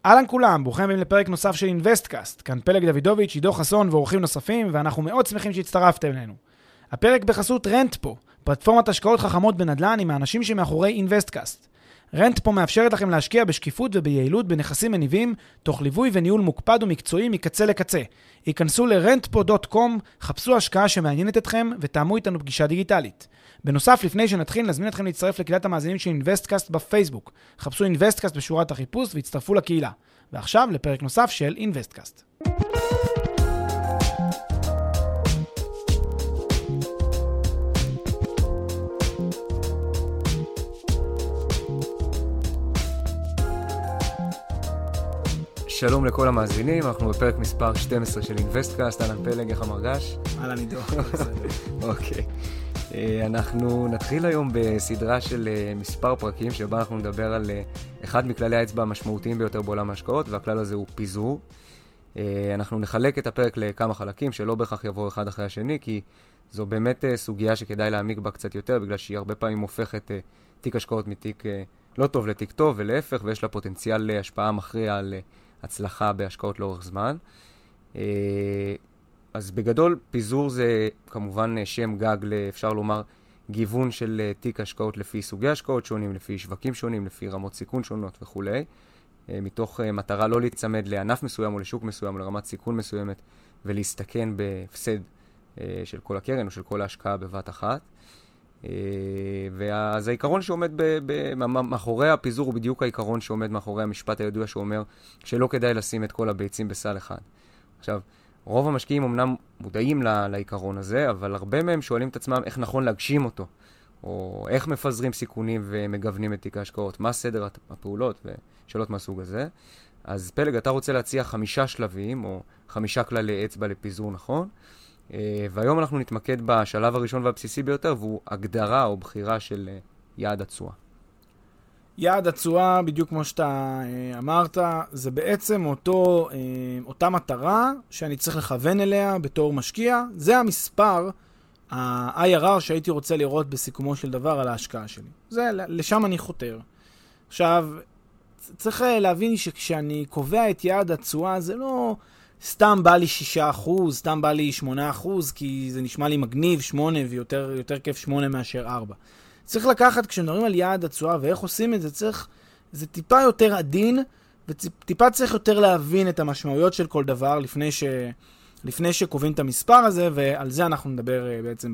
אהלן כולם, ברוכים הבאים לפרק נוסף של אינבסטקאסט. כאן פלג דוידוביץ', עידו חסון ואורחים נוספים, ואנחנו מאוד שמחים שהצטרפתם אלינו. הפרק בחסות רנטפו, פלטפורמת השקעות חכמות בנדל"ן עם האנשים שמאחורי אינבסטקאסט. רנטפו מאפשרת לכם להשקיע בשקיפות וביעילות בנכסים מניבים, תוך ליווי וניהול מוקפד ומקצועי מקצה לקצה. היכנסו ל-rentpo.com, חפשו השקעה שמעניינת אתכם ותאמו איתנו פגישה דיגיטלית. בנוסף, לפני שנתחיל, נזמין אתכם להצטרף לקהילת המאזינים של אינבסטקאסט בפייסבוק. חפשו אינבסטקאסט בשורת החיפוש והצטרפו לקהילה. ועכשיו לפרק נוסף של אינבסטקאסט. שלום לכל המאזינים, אנחנו בפרק מספר 12 של אינבסטקאסט. אהלן פלג, איך המרגש? אהלן עידו. אוקיי. אנחנו נתחיל היום בסדרה של מספר פרקים שבה אנחנו נדבר על אחד מכללי האצבע המשמעותיים ביותר בעולם ההשקעות, והכלל הזה הוא פיזור. אנחנו נחלק את הפרק לכמה חלקים שלא בהכרח יבואו אחד אחרי השני, כי זו באמת סוגיה שכדאי להעמיק בה קצת יותר, בגלל שהיא הרבה פעמים הופכת תיק השקעות מתיק לא טוב לתיק טוב, ולהפך, ויש לה פוטנציאל להשפעה מכריעה על הצלחה בהשקעות לאורך זמן. אז בגדול, פיזור זה כמובן שם גג, אפשר לומר, גיוון של תיק השקעות לפי סוגי השקעות שונים, לפי שווקים שונים, לפי רמות סיכון שונות וכו'. מתוך מטרה לא להצמד לענף מסוים או לשוק מסוים או לרמת סיכון מסוימת, ולהסתכן בהפסד של כל הקרן או של כל ההשקעה בבת אחת. אז העיקרון שעומד מאחורי הפיזור הוא בדיוק העיקרון שעומד מאחורי המשפט הידוע שאומר שלא כדאי לשים את כל הביצים בסל אחד. עכשיו, רוב המשקיעים אמנם מודעים לעיקרון הזה, אבל הרבה מהם שואלים את עצמם איך נכון להגשים אותו, או איך מפזרים סיכונים ומגוונים את תיק ההשקעות, מה סדר הפעולות ושאלות מהסוג הזה. אז פלג, אתה רוצה להציע 5 שלבים או 5 כללי אצבע לפיזור, נכון? והיום אנחנו נתמקד בשלב הראשון והבסיסי ביותר, והוא הגדרה או בחירה של יעד התשואה. יעד התשואה, בדיוק כמו שאתה אמרת, זה בעצם אותה מטרה שאני צריך לכוון אליה בתור משקיע. זה המספר, ה-IRR שהייתי רוצה לראות בסיכומו של דבר על ההשקעה שלי. לשם אני חותר. עכשיו, צריך להבין שכשאני קובע את יעד התשואה, זה לא סתם בא לי 6%, סתם בא לי 8%, כי זה נשמע לי מגניב 8 ויותר כיף 8 מאשר 4. צריך לקחת, כשנדברים על יעד התשואה ואיך עושים את זה, זה טיפה יותר עדין, וטיפה צריך יותר להבין את המשמעויות של כל דבר לפני שקובעים את המספר הזה, ועל זה אנחנו נדבר בעצם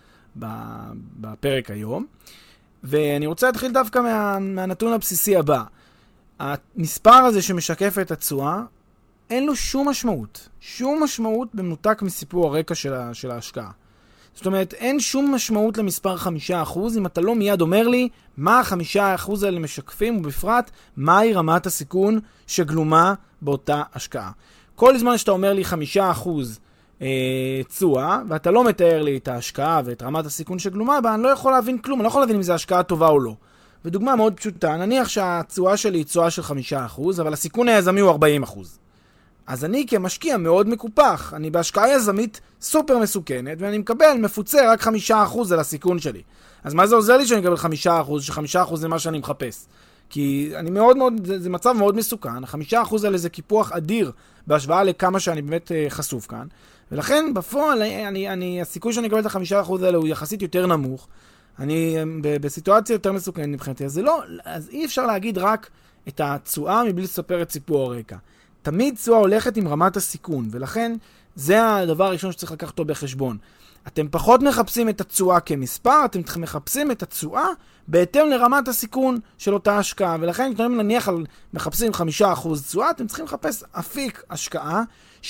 בפרק היום. ואני רוצה להתחיל דווקא מהנתון הבסיסי הבא. המספר הזה שמשקף את התשואה, אין לו שום משמעות במנותק מסיפור הרקע של ההשקעה. זאת אומרת, אין שום משמעות למספר 5% אם אתה לא מיד אומר לי מה 5% האלה משקפים, ובפרט מהי רמת הסיכון שגלומה באותה השקעה. כל זמן שאתה אומר לי 5% תשואה, ואתה לא מתאר לי את ההשקעה ואת רמת הסיכון שגלומה בה, אני לא יכול להבין כלום, אני לא יכול להבין אם זה השקעה טובה או לא. ודוגמה מאוד פשוטה, נניח שהתשואה שלי היא תשואה של 5%, אבל הסיכון היזמי הוא 40%. אז אני כמשקיע מאוד מקופח, אני בהשקעה יזמית סופר מסוכנת, ואני מפוצה רק 5% על הסיכון שלי. אז מה זה עוזר לי שאני אקבל 5%, ש5% זה מה שאני מחפש? כי אני זה מצב מאוד מסוכן, 5% האלה זה קיפוח אדיר, בהשוואה לכמה שאני באמת חשוף כאן, ולכן בפועל, הסיכוי שאני אקבל את 5% האלה הוא יחסית יותר נמוך, אני בסיטואציה יותר מסוכנת מבחינתי, אז אי אפשר להגיד רק את התשואה מבלי לספר את סיפור הרקע. תמיד תשואה הולכת עם רמת הסיכון, ולכן זה הדבר הראשון שצריך לקחת אותו בחשבון. אתם פחות מחפשים את התשואה כמספר, אתם מחפשים את התשואה בהתאם לרמת הסיכון של אותה השקעה, ולכן כשאתם נניח מחפשים 5% תשואה, אתם צריכים לחפש אפיק השקעה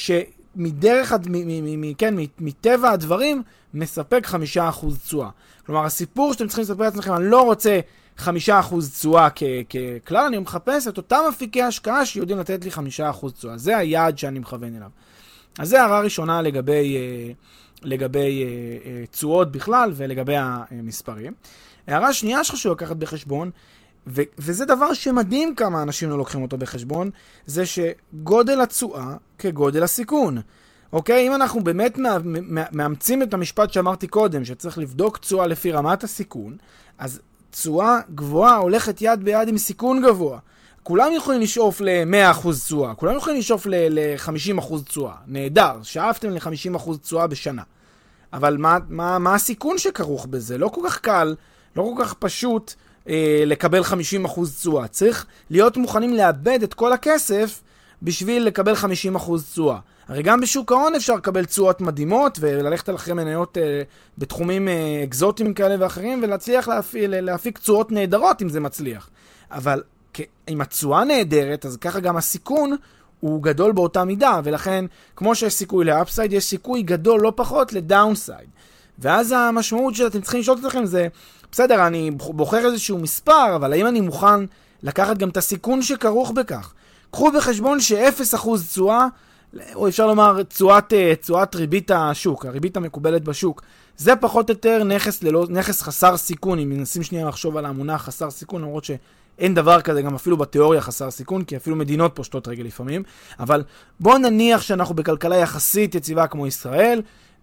מטבע הדברים מספק 5% תשואה. כלומר, הסיפור שאתם צריכים לספר לעצמכם, אני לא רוצה 5% תשואה ככלל, אני מחפש את אותם אפיקי השקעה שיודעים לתת לי 5% תשואה. זה היעד שאני מכוון אליו. אז זה הערה ראשונה לגבי תשואות בכלל ולגבי המספרים. הערה שנייה שחשוב לקחת בחשבון, וזה דבר שמדהים כמה אנשים לא לוקחים אותו בחשבון, זה שגודל התשואה כגודל הסיכון. אוקיי? אם אנחנו באמת מאמצים את המשפט שאמרתי קודם, שצריך לבדוק תשואה לפי רמת הסיכון, אז תשואה גבוהה הולכת יד ביד עם סיכון גבוה. כולם יכולים לשאוף ל-100% תשואה, כולם יכולים לשאוף ל-50% תשואה. נהדר, שאפתם ל-50% תשואה בשנה. אבל מה הסיכון שכרוך בזה? לא כל כך קל, לא כל כך פשוט לקבל 50% תשואה. צריך להיות מוכנים לאבד את כל הכסף בשביל לקבל 50% תשואה. הרי גם בשוק ההון אפשר לקבל תשואות מדהימות וללכת אחרי מניות בתחומים אקזוטיים כאלה ואחרים ולהצליח להפיק תשואות נהדרות אם זה מצליח. אבל אם התשואה נהדרת, אז ככה גם הסיכון הוא גדול באותה מידה, ולכן כמו שיש סיכוי לאפסייד, יש סיכוי גדול לא פחות לדאונסייד. ואז המשמעות שאתם צריכים לשאול את אתכם זה, בסדר, אני בוחר איזשהו מספר, אבל האם אני מוכן לקחת גם את הסיכון שכרוך בכך? קחו בחשבון ש0% תשואה, או אפשר לומר תשואת ריבית השוק, הריבית המקובלת בשוק, זה פחות או יותר נכס חסר סיכון, אם מנסים שנייה לחשוב על המונח חסר סיכון, למרות שאין דבר כזה גם אפילו בתיאוריה חסר סיכון, כי אפילו מדינות פושטות רגל לפעמים, אבל בואו נניח שאנחנו בכלכלה יחסית יציבה כמו ישראל,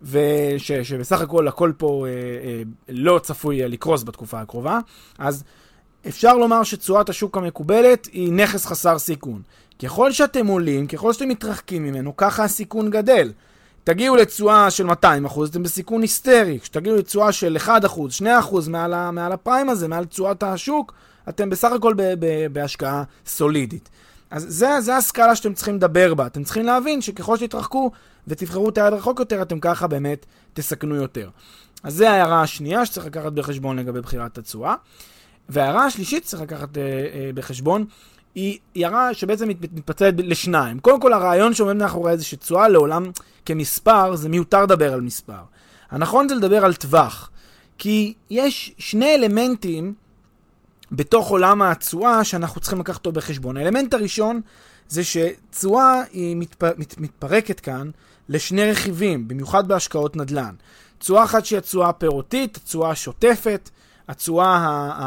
ושבסך הכל פה לא צפוי לקרוס בתקופה הקרובה, אז אפשר לומר שתשואת השוק המקובלת היא נכס חסר סיכון. ככל שאתם עולים, ככל שאתם מתרחקים ממנו, ככה הסיכון גדל. תגיעו לתשואה של 200%, אתם בסיכון היסטרי. כשתגיעו לתשואה של 1%, 2% מעל הפריים הזה, מעל תשואת השוק, אתם בסך הכל בהשקעה סולידית. אז זה הסקאלה שאתם צריכים לדבר בה. אתם צריכים להבין שככל שתתרחקו ותבחרו את היד רחוק יותר, אתם ככה באמת תסכנו יותר. אז זה ההערה השנייה שצריך לקחת בחשבון לגבי בחירת התשואה. וההערה השלישית שצריך לקחת בחשבון, היא הערה שבעצם מתפצלת לשניים. קודם כל, הרעיון שעומד מאחורי איזושהי תשואה לעולם כמספר, זה מיותר לדבר על מספר. הנכון זה לדבר על טווח. כי יש שני אלמנטים בתוך עולם התשואה שאנחנו צריכים לקחת אותו בחשבון. האלמנט הראשון זה שתשואה היא מתפרקת כאן לשני רכיבים, במיוחד בהשקעות נדל"ן. תשואה אחת שהיא התשואה הפירותית, התשואה השוטפת, התשואה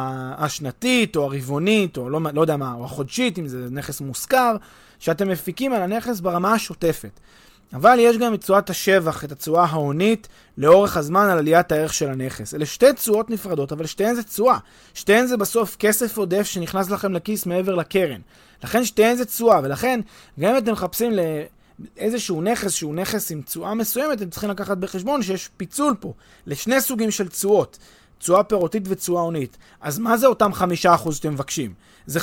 השנתית או הרבעונית או לא יודע מה, או החודשית, אם זה נכס מושכר, שאתם מפיקים על הנכס ברמה השוטפת. אבל יש גם את תשואת השבח, את התשואה ההונית, לאורך הזמן על עליית הערך של הנכס. אלה שתי תשואות נפרדות, אבל שתיהן זה תשואה. שתיהן זה בסוף כסף עודף שנכנס לכם לכיס מעבר לקרן. לכן שתיהן זה תשואה, ולכן גם אם אתם מחפשים לאיזשהו נכס שהוא נכס עם תשואה מסוימת, אתם צריכים לקחת בחשבון שיש פיצול פה לשני סוגים של תשואות. תשואה פירותית ותשואה הונית. אז מה זה אותם 5% שאתם מבקשים? זה 5%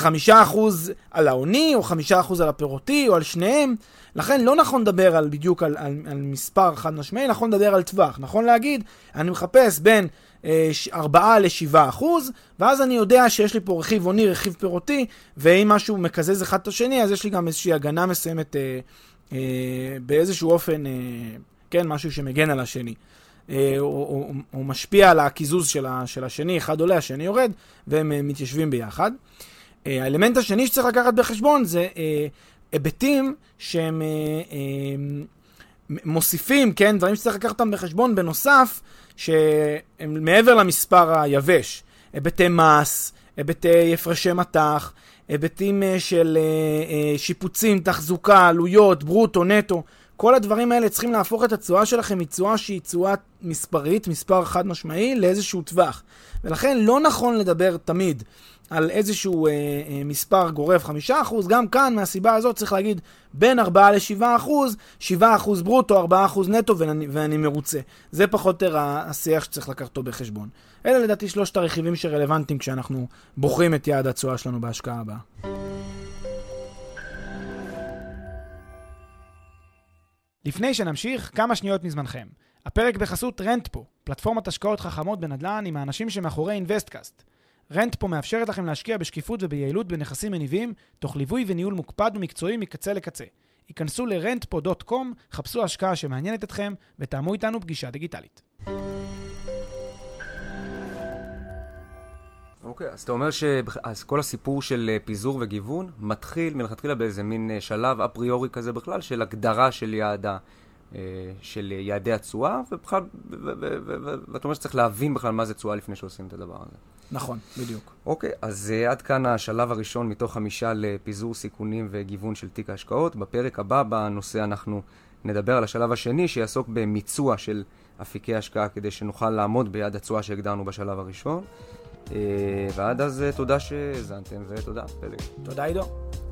על ההוני, או 5% על הפירותי, או על שניהם? לכן לא נכון לדבר בדיוק על מספר חד משמעי, נכון לדבר על טווח. נכון להגיד, אני מחפש בין 4 ל-7%, ואז אני יודע שיש לי פה רכיב הוני, רכיב פירותי, ואם משהו מקזז אחד את השני, אז יש לי גם איזושהי הגנה מסוימת באיזשהו אופן, כן, משהו שמגן על השני. הוא משפיע על הקיזוז של השני, אחד עולה, השני יורד, והם מתיישבים ביחד. האלמנט השני שצריך לקחת בחשבון זה היבטים שהם מוסיפים, כן, דברים שצריך לקחת אותם בחשבון בנוסף, שהם מעבר למספר היבש. היבטי מס, היבטי הפרשי מתח, היבטים של שיפוצים, תחזוקה, עלויות, ברוטו, נטו. כל הדברים האלה צריכים להפוך את התשואה שלכם מתשואה שהיא תשואה מספרית, מספר חד משמעי, לאיזשהו טווח. ולכן לא נכון לדבר תמיד על איזשהו מספר גורף 5%, גם כאן מהסיבה הזאת צריך להגיד בין 4 ל-7%, 7% ברוטו, 4% נטו ואני מרוצה. זה פחות או יותר השיח שצריך לקחת אותו בחשבון. אלה לדעתי שלושת הרכיבים שרלוונטיים כשאנחנו בוחרים את יעד התשואה שלנו בהשקעה הבאה. לפני שנמשיך, כמה שניות מזמנכם. הפרק בחסות רנטפו, פלטפורמת השקעות חכמות בנדל"ן עם האנשים שמאחורי אינבסטקאסט. רנטפו מאפשרת לכם להשקיע בשקיפות וביעילות בנכסים מניבים, תוך ליווי וניהול מוקפד ומקצועי מקצה לקצה. היכנסו ל-rentpo.com, חפשו השקעה שמעניינת אתכם ותאמו איתנו פגישה דיגיטלית. אוקיי, אז אתה אומר שכל הסיפור של פיזור וגיוון מתחיל מלכתחילה באיזה מין שלב אפריורי כזה בכלל של הגדרה של יעדי התשואה, ובכלל, ואתה אומר שצריך להבין בכלל מה זה תשואה לפני שעושים את הדבר הזה. נכון, בדיוק. אוקיי, אז עד כאן השלב הראשון מתוך 5 לפיזור סיכונים וגיוון של תיק ההשקעות. בפרק הבא בנושא אנחנו נדבר על השלב השני שיעסוק במיצוע של אפיקי השקעה כדי שנוכל לעמוד ביעד התשואה שהגדרנו בשלב הראשון. ועד אז תודה שהזנתם ותודה, פלג. תודה עידו.